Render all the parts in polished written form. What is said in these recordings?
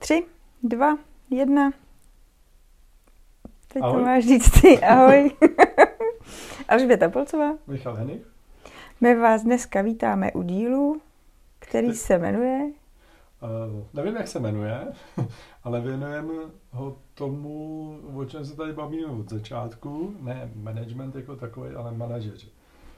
3, 2, 1. Teď Ahoj. to máš říct ty. Ahoj. Alžběta Polcová. Michal Henich. My vás dneska vítáme u dílu, který se jmenuje... Nevím, jak se jmenuje, ale věnujeme ho tomu, o čem se tady bavíme od začátku. Ne management jako takový, ale manažeři.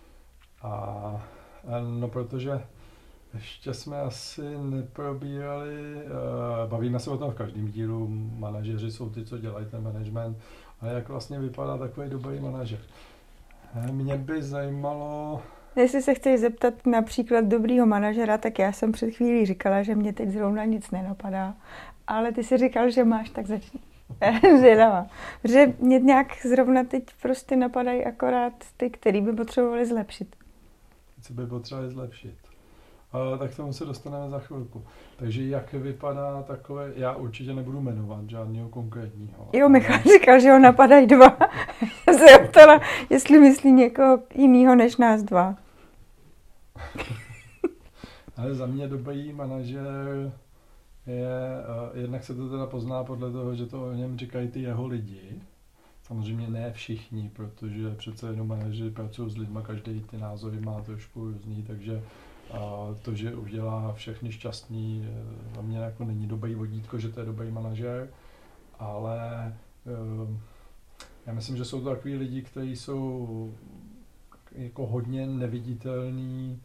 No, protože ještě jsme asi neprobírali, bavíme se o tom v každém dílu, manažeři jsou ty, co dělají ten management, a jak vlastně vypadá takový dobrý manažer. Mě by zajímalo... Jestli se chceš zeptat například dobrýho manažera, tak já jsem před chvílí říkala, že mě teď zrovna nic nenapadá. Ale ty si říkal, že máš, tak začni. Zvědavá. Protože mě nějak zrovna teď prostě napadají akorát ty, který by potřebovali zlepšit. Co by potřebovali zlepšit. Tak tomu se dostaneme za chvilku. Takže jak vypadá takové, já určitě nebudu jmenovat žádného konkrétního. Jo, Michal říkal, že ho napadají 2. Já se zeptala, jestli myslí někoho jiného než nás 2. Ale za mě dobrý manažer je, jednak se to teda pozná podle toho, že to o něm říkají ty jeho lidi. Samozřejmě ne všichni, protože přece jenom manažeři pracují s lidma, každý ty názory má trošku různý, takže to, že udělá všechny šťastný, za mě jako není dobrý vodítko, že to je dobrý manažer, ale já myslím, že jsou to takový lidi, kteří jsou jako hodně neviditelný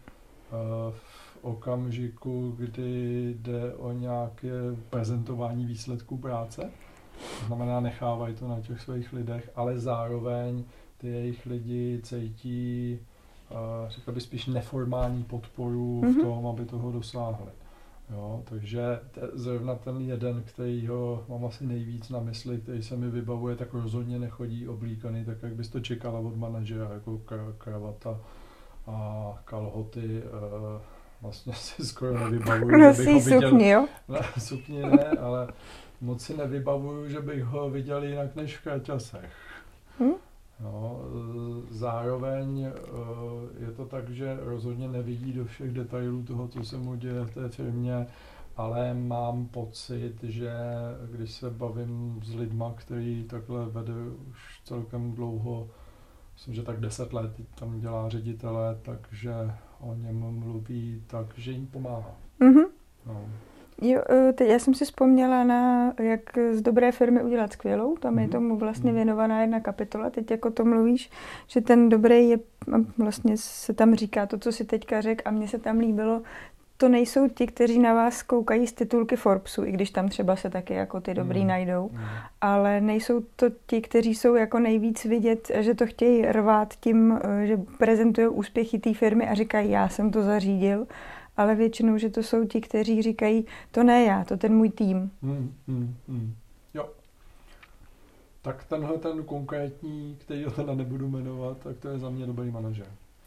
v okamžiku, kdy jde o nějaké prezentování výsledků práce. To znamená, nechávají to na těch svých lidech, ale zároveň ty jejich lidi cítí, řekl bych spíš neformální podporu v tom, aby toho dosáhli. Jo, takže zrovna ten jeden, kterýho mám asi nejvíc na mysli, který se mi vybavuje, tak rozhodně nechodí oblíkaný, tak jak bys to čekala od manažera, jako kravata a kalhoty. Vlastně si skoro nevybavuju, že bych ho viděl. Sukni, jo? Ne, sukni ne, ale moc si nevybavuju, že bych ho viděl jinak než v kraťasech. No, zároveň je to tak, že rozhodně nevidí do všech detailů toho, co se mu děje v té firmě, ale mám pocit, že když se bavím s lidma, který takhle vede už celkem dlouho, myslím, že tak 10 let tam dělá ředitele, takže o něm mluví tak, že jim pomáhá. No. Jo, teď já jsem si vzpomněla na, jak z dobré firmy udělat skvělou, tam je tomu vlastně věnovaná jedna kapitola, teď jako to mluvíš, že ten dobrý je, vlastně se tam říká to, co si teďka řekl a mně se tam líbilo, to nejsou ti, kteří na vás koukají z titulky Forbesu, i když tam třeba se taky jako ty dobrý najdou, ale nejsou to ti, kteří jsou jako nejvíc vidět, že to chtějí rvát tím, že prezentují úspěchy té firmy a říkají, já jsem to zařídil, ale většinou, že to jsou ti, kteří říkají, to ne já, to ten můj tým. Jo. Tak tenhle ten konkrétní, který teda nebudu jmenovat, tak to je za mě dobrý manažer.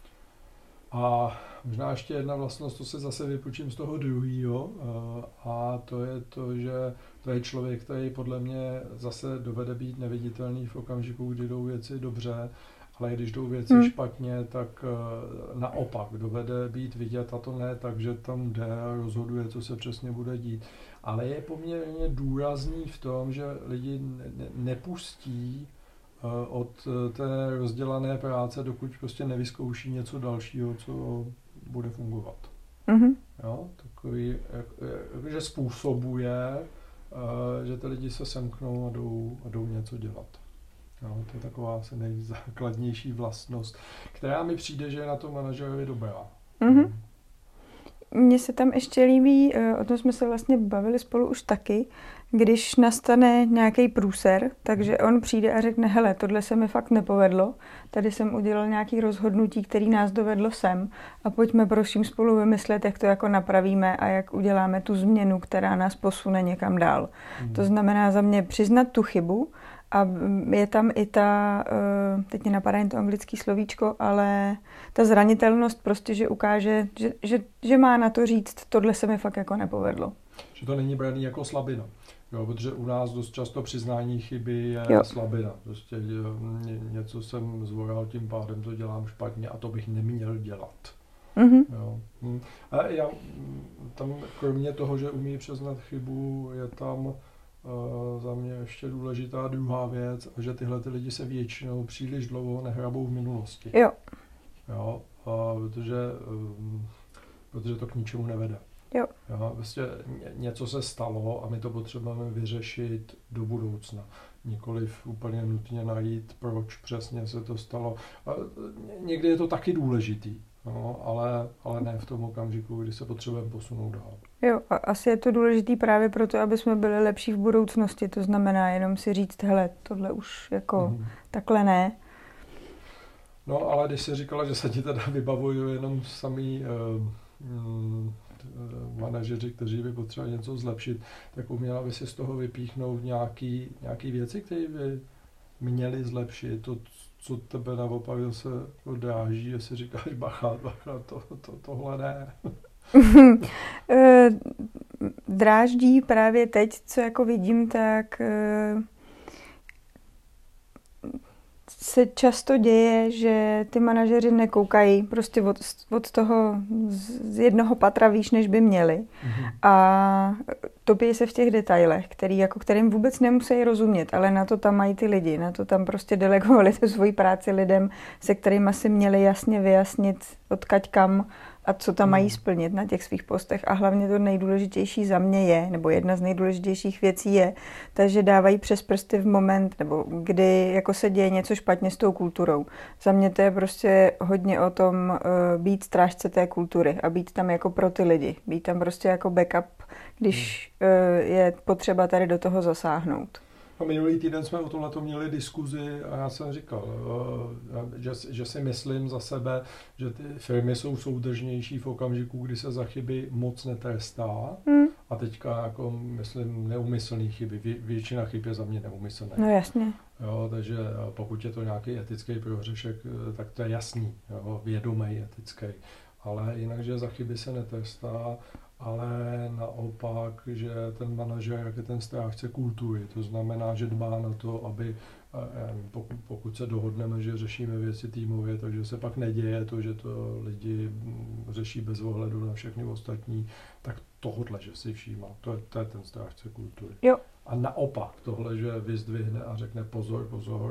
A možná ještě jedna vlastnost, to se zase vypočím z toho druhýho, a to je to, že to je člověk, který podle mě zase dovede být neviditelný v okamžiku, kdy jdou věci dobře, ale když jdou věci špatně, tak naopak dovede být vidět, a to ne tak, že tam jde a rozhoduje, co se přesně bude dít. Ale je poměrně důrazný v tom, že lidi nepustí od té rozdělané práce, dokud prostě nevyzkouší něco dalšího, co bude fungovat. Jo, takový, že způsobuje, že ty lidi se semknou a jdou něco dělat. No, to je taková asi nejzákladnější vlastnost, která mi přijde, že je na tom manažerovi dobrá. Mně se tam ještě líbí, o tom jsme se vlastně bavili spolu už taky, když nastane nějaký průser, takže on přijde a řekne, hele, tohle se mi fakt nepovedlo, tady jsem udělal nějaké rozhodnutí, který nás dovedlo sem a pojďme prosím spolu vymyslet, jak to jako napravíme a jak uděláme tu změnu, která nás posune někam dál. To znamená za mě přiznat tu chybu a je tam i ta, teď mě napadá jen to anglické slovíčko, ale ta zranitelnost prostě, že ukáže, že má na to říct, tohle se mi fakt jako nepovedlo. Že to není braný jako slabina. Jo, protože u nás dost často přiznání chyby je slabina. Prostě něco jsem zvoral, tím pádem to dělám špatně a to bych neměl dělat. Jo. A já tam kromě toho, že umí přiznat chybu, je tam za mě ještě důležitá druhá věc, že tyhle ty lidi se většinou příliš dlouho nehrabou v minulosti. Jo. Jo, protože to k ničemu nevede. Jo. Jo, vlastně něco se stalo a my to potřebujeme vyřešit do budoucna. Nikoliv úplně nutně najít, proč přesně se to stalo. A někdy je to taky důležitý, no, ale ne v tom okamžiku, kdy se potřebujeme posunout dál. Jo, a asi je to důležitý právě proto, aby jsme byli lepší v budoucnosti. To znamená jenom si říct, hele, tohle už jako takhle ne. No, ale když jsi říkala, že se ti teda vybavují jenom samý manažeři, kteří by potřebovali něco zlepšit, tak uměla by si z toho vypíchnout nějaký věci, které by měly zlepšit. To, co tebe naopak se odráží, že si říkáš, bacha, tohle ne. Dráždí právě teď, co jako vidím, tak se často děje, že ty manažeři nekoukají prostě od toho z jednoho patra výš, než by měli. A topí se v těch detailech, kterým vůbec nemusí rozumět, ale na to tam mají ty lidi, na to tam prostě delegovali tu svoji práci lidem, se kterými si měli jasně vyjasnit odkaď kam a co tam mají splnit na těch svých postech. A hlavně to nejdůležitější za mě je, nebo jedna z nejdůležitějších věcí je, takže dávají přes prsty v moment, nebo kdy jako se děje něco špatně s tou kulturou. Za mě to je prostě hodně o tom být strážce té kultury a být tam jako pro ty lidi. Být tam prostě jako backup, když je potřeba tady do toho zasáhnout. A minulý týden jsme o tomhle měli diskuzi a já jsem říkal, že si myslím za sebe, že ty firmy jsou soudržnější v okamžiku, kdy se za chyby moc netrestá. A teďka jako myslím neumyslný chyby. Většina chyb je za mě neumyslné. No jasně. Jo, takže pokud je to nějaký etický prohřešek, tak to je jasný, jo, vědomý etický. Ale jinak, že za chyby se netrestá, ale naopak, že ten manažer je ten strážce kultury. To znamená, že dbá na to, aby pokud se dohodneme, že řešíme věci týmově, takže se pak neděje to, že to lidi řeší bez ohledu na všechny ostatní, tak tohodle, že si všímá. To je ten strážce kultury. Jo. A naopak tohle, že vyzdvihne a řekne pozor,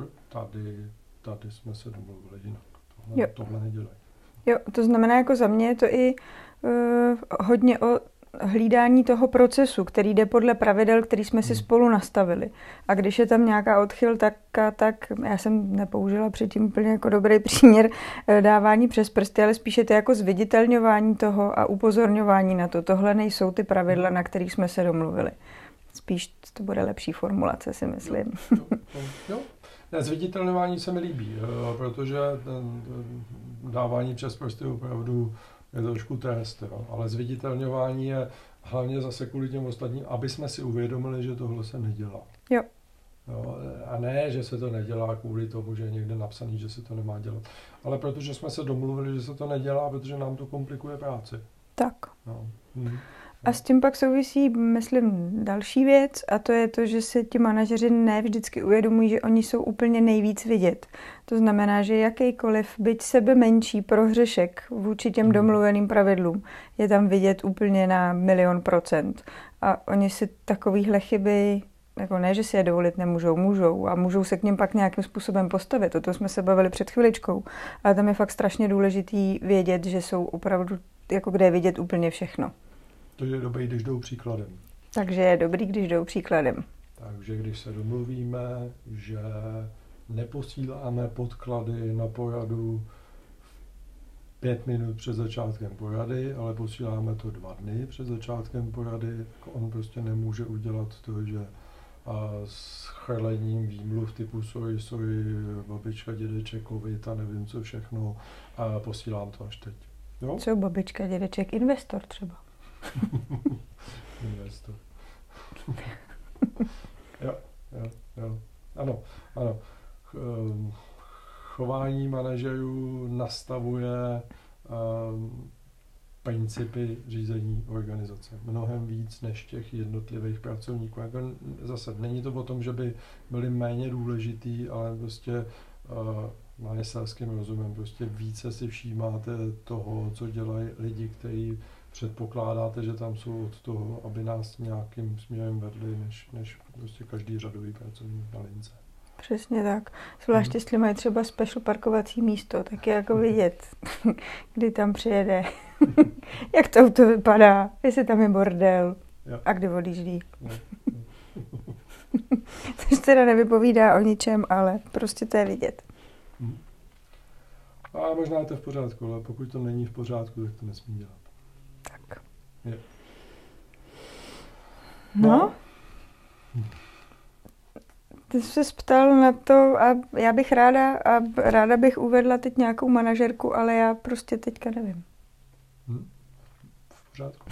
tady jsme se domluvili jinak. Tohle nedělej. Jo, to znamená jako za mě je to i hodně o hlídání toho procesu, který jde podle pravidel, který jsme si spolu nastavili. A když je tam nějaká odchyl, tak já jsem nepoužila předtím úplně jako dobrý příměr dávání přes prsty, ale spíše to jako zviditelňování toho a upozorňování na to. Tohle nejsou ty pravidla, na kterých jsme se domluvili. Spíš to bude lepší formulace, si myslím. Jo. Zviditelňování se mi líbí, protože dávání přes prsty opravdu je trošku trest, jo. Ale zviditelňování je hlavně zase kvůli těm ostatním, aby jsme si uvědomili, že tohle se nedělá. Jo. Jo. A ne, že se to nedělá kvůli tomu, že je někde napsaný, že se to nemá dělat. Ale protože jsme se domluvili, že se to nedělá, protože nám to komplikuje práci. Tak. No. A s tím pak souvisí, myslím, další věc a to je to, že se ti manažeři ne vždycky uvědomují, že oni jsou úplně nejvíc vidět. To znamená, že jakýkoliv, byť sebe menší prohřešek vůči těm domluveným pravidlům je tam vidět úplně na 1,000,000%. A oni si takovýhle chyby, jako ne, že si je dovolit můžou a můžou se k něm pak nějakým způsobem postavit. O to jsme se bavili před chviličkou. Ale tam je fakt strašně důležitý vědět, že jsou opravdu, jako kde je vidět úplně všechno. To je dobrý, když jdou příkladem. Takže je dobrý, když jdou příkladem. Takže když se domluvíme, že neposíláme podklady na poradu 5 minut před začátkem porady, ale posíláme to 2 dny před začátkem porady, tak on prostě nemůže udělat to, že s chrlením výmluv typu sorry, babička, dědeček, covid a nevím co všechno, a posílám to až teď. Jo? Co babička, dědeček, investor třeba. Investor. Jo. Ano. Chování manažerů nastavuje principy řízení organizace. Mnohem víc než těch jednotlivých pracovníků. Zase není to o tom, že by byli méně důležitý, ale prostě má selským rozumem, prostě více si všímáte toho, co dělají lidi, kteří předpokládáte, že tam jsou od toho, aby nás nějakým směrem vedli, než prostě každý řadový pracovník na lince. Přesně tak. Zvláště, jestli mají třeba special parkovací místo, tak je jako vidět, kdy tam přijede, jak to auto vypadá, jestli tam je bordel a kdy odjíždí. Což teda nevypovídá o ničem, ale prostě to je vidět. A možná je to v pořádku, ale pokud to není v pořádku, tak to nesmí dělat. Tak. Je. No. Ty jsi se ptal na to a já bych ráda bych uvedla teď nějakou manažerku, ale já prostě teďka nevím. V pořádku.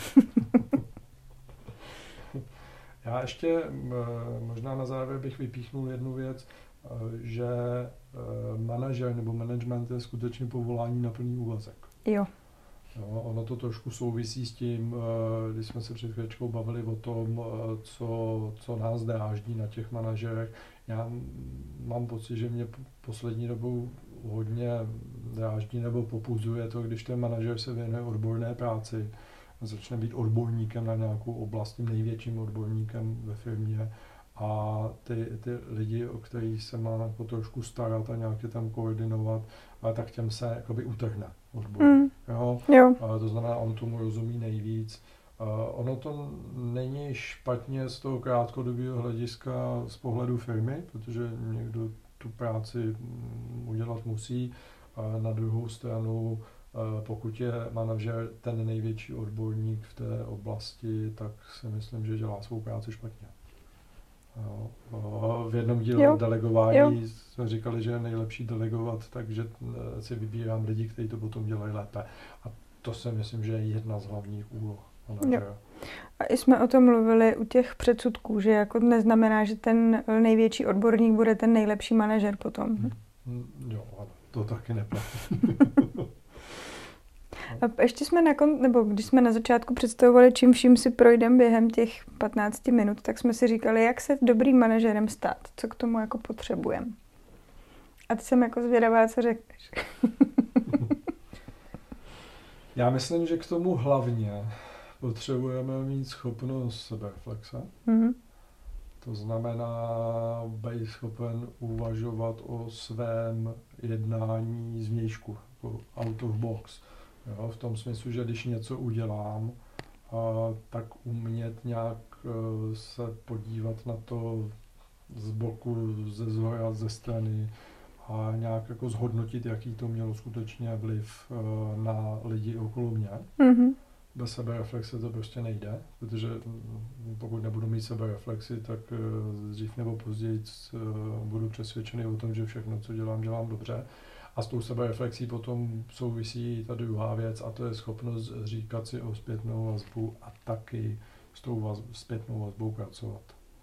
Já ještě možná na závěr bych vypíchnul jednu věc, že manažer nebo management je skutečně povolání na plný úvazek. Jo. Jo, ono to trošku souvisí s tím, když jsme se před chvíličkou bavili o tom, co nás dráždí na těch manažerech. Já mám pocit, že mě poslední dobou hodně dráždí nebo popuzuje to, když ten manažer se věnuje odborné práci, začne být odborníkem na nějakou oblast, tím největším odborníkem ve firmě a ty lidi, o kterých se má jako trošku starat a nějak je tam koordinovat, ale tak těm se jakoby utrhne odbor. Jo? To znamená, on tomu rozumí nejvíc. Ono to není špatně z toho krátkodobého hlediska z pohledu firmy, protože někdo tu práci udělat musí. Na druhou stranu, pokud je manažer ten největší odborník v té oblasti, tak si myslím, že dělá svou práci špatně. V jednom dílu delegování jsme říkali, že je nejlepší delegovat, takže si vybírám lidi, kteří to potom dělají lépe. A to si myslím, že je jedna z hlavních úloh manažera. A i jsme o tom mluvili u těch předsudků, že jako neznamená, že ten největší odborník bude ten nejlepší manažer potom. Jo, ale to taky neplatí. A ještě jsme když jsme na začátku představovali, čím vším si projdeme během těch 15 minut, tak jsme si říkali, jak se dobrým manažerem stát, co k tomu jako potřebujeme. A teď jsem jako zvědavá, co řekneš. Já myslím, že k tomu hlavně potřebujeme mít schopnost sebereflexe. To znamená být schopen uvažovat o svém jednání zvnějšku, jako out of box. Jo, v tom smyslu, že když něco udělám, tak umět nějak se podívat na to z boku, ze zhora, ze strany a nějak jako zhodnotit, jaký to mělo skutečně vliv na lidi okolo mě. Bez sebereflexe to prostě nejde, protože pokud nebudu mít sebereflexi, tak dřív nebo později budu přesvědčený o tom, že všechno, co dělám dobře. A s tou sebereflexí potom souvisí ta druhá věc a to je schopnost říkat si o zpětnou vazbu a taky s tou zpětnou vazbou pracovat.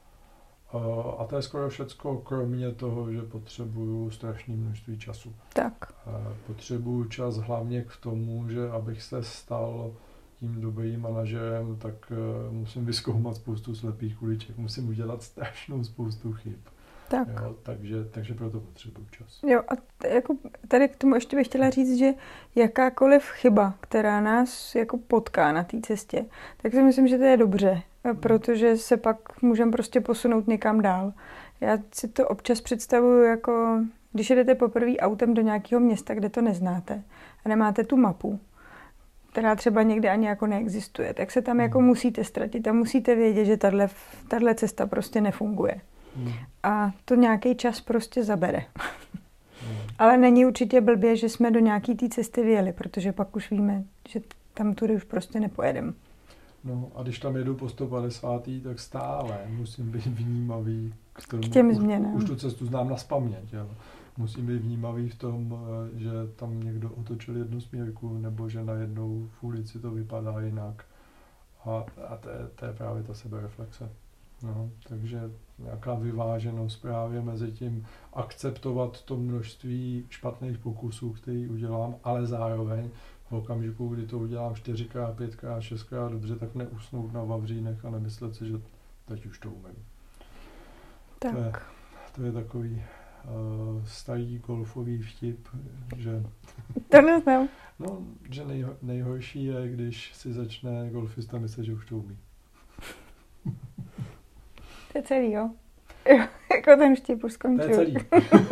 A to je skoro všecko, kromě toho, že potřebuju strašné množství času. Tak. Potřebuju čas hlavně k tomu, že abych se stal tím dobrým manažerem, tak musím vyzkoumat spoustu slepých uliček, musím udělat strašnou spoustu chyb. Tak. Jo, takže proto potřebuju čas. Jo, a jako tady k tomu ještě bych chtěla říct, že jakákoliv chyba, která nás jako potká na té cestě, tak si myslím, že to je dobře, protože se pak můžeme prostě posunout někam dál. Já si to občas představuju jako, když jedete poprvé autem do nějakého města, kde to neznáte a nemáte tu mapu, která třeba někde ani jako neexistuje, tak se tam jako musíte ztratit a musíte vědět, že tahle cesta prostě nefunguje. A to nějaký čas prostě zabere. Ale není určitě blbě, že jsme do nějaký té cesty vyjeli, protože pak už víme, že tam tudy už prostě nepojedeme. No a když tam jedu po 150, tak stále musím být vnímavý k těm změnám. Už tu cestu znám nazpaměť. Jo. Musím být vnímavý v tom, že tam někdo otočil jednosměrku, nebo že najednou v ulici to vypadá jinak. A to je právě ta sebereflexe. No, takže nějaká vyváženost právě mezi tím akceptovat to množství špatných pokusů, který udělám, ale zároveň v okamžiku, kdy to udělám 4x, 5x, 6x dobře, tak neusnout na vavřínech a nemyslet si, že teď už to umím. Tak. To je takový starý golfový vtip, že... To neznám. No, že nejhorší je, když si začne golfista myslet, že už to umí. To je celý, jo? Jo, jako ten vtip už skončil. To je celý.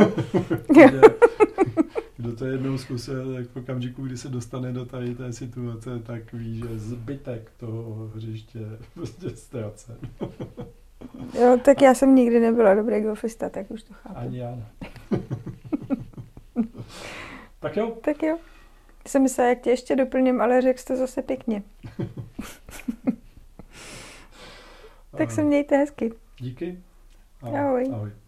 Kdo to jednou zkusil, tak v okamžiku, kdy se dostane do tady té situace, tak ví, že zbytek toho hřiště prostě ztracen. Jo, tak já jsem nikdy nebyla dobrý golfista, tak už to chápu. Ani já ne. Tak jo. Tak jo. Jsem myslela, jak tě ještě doplním, ale řekl jsi to zase pěkně. Tak se mějte hezky. Díky. Ahoj. Ahoj.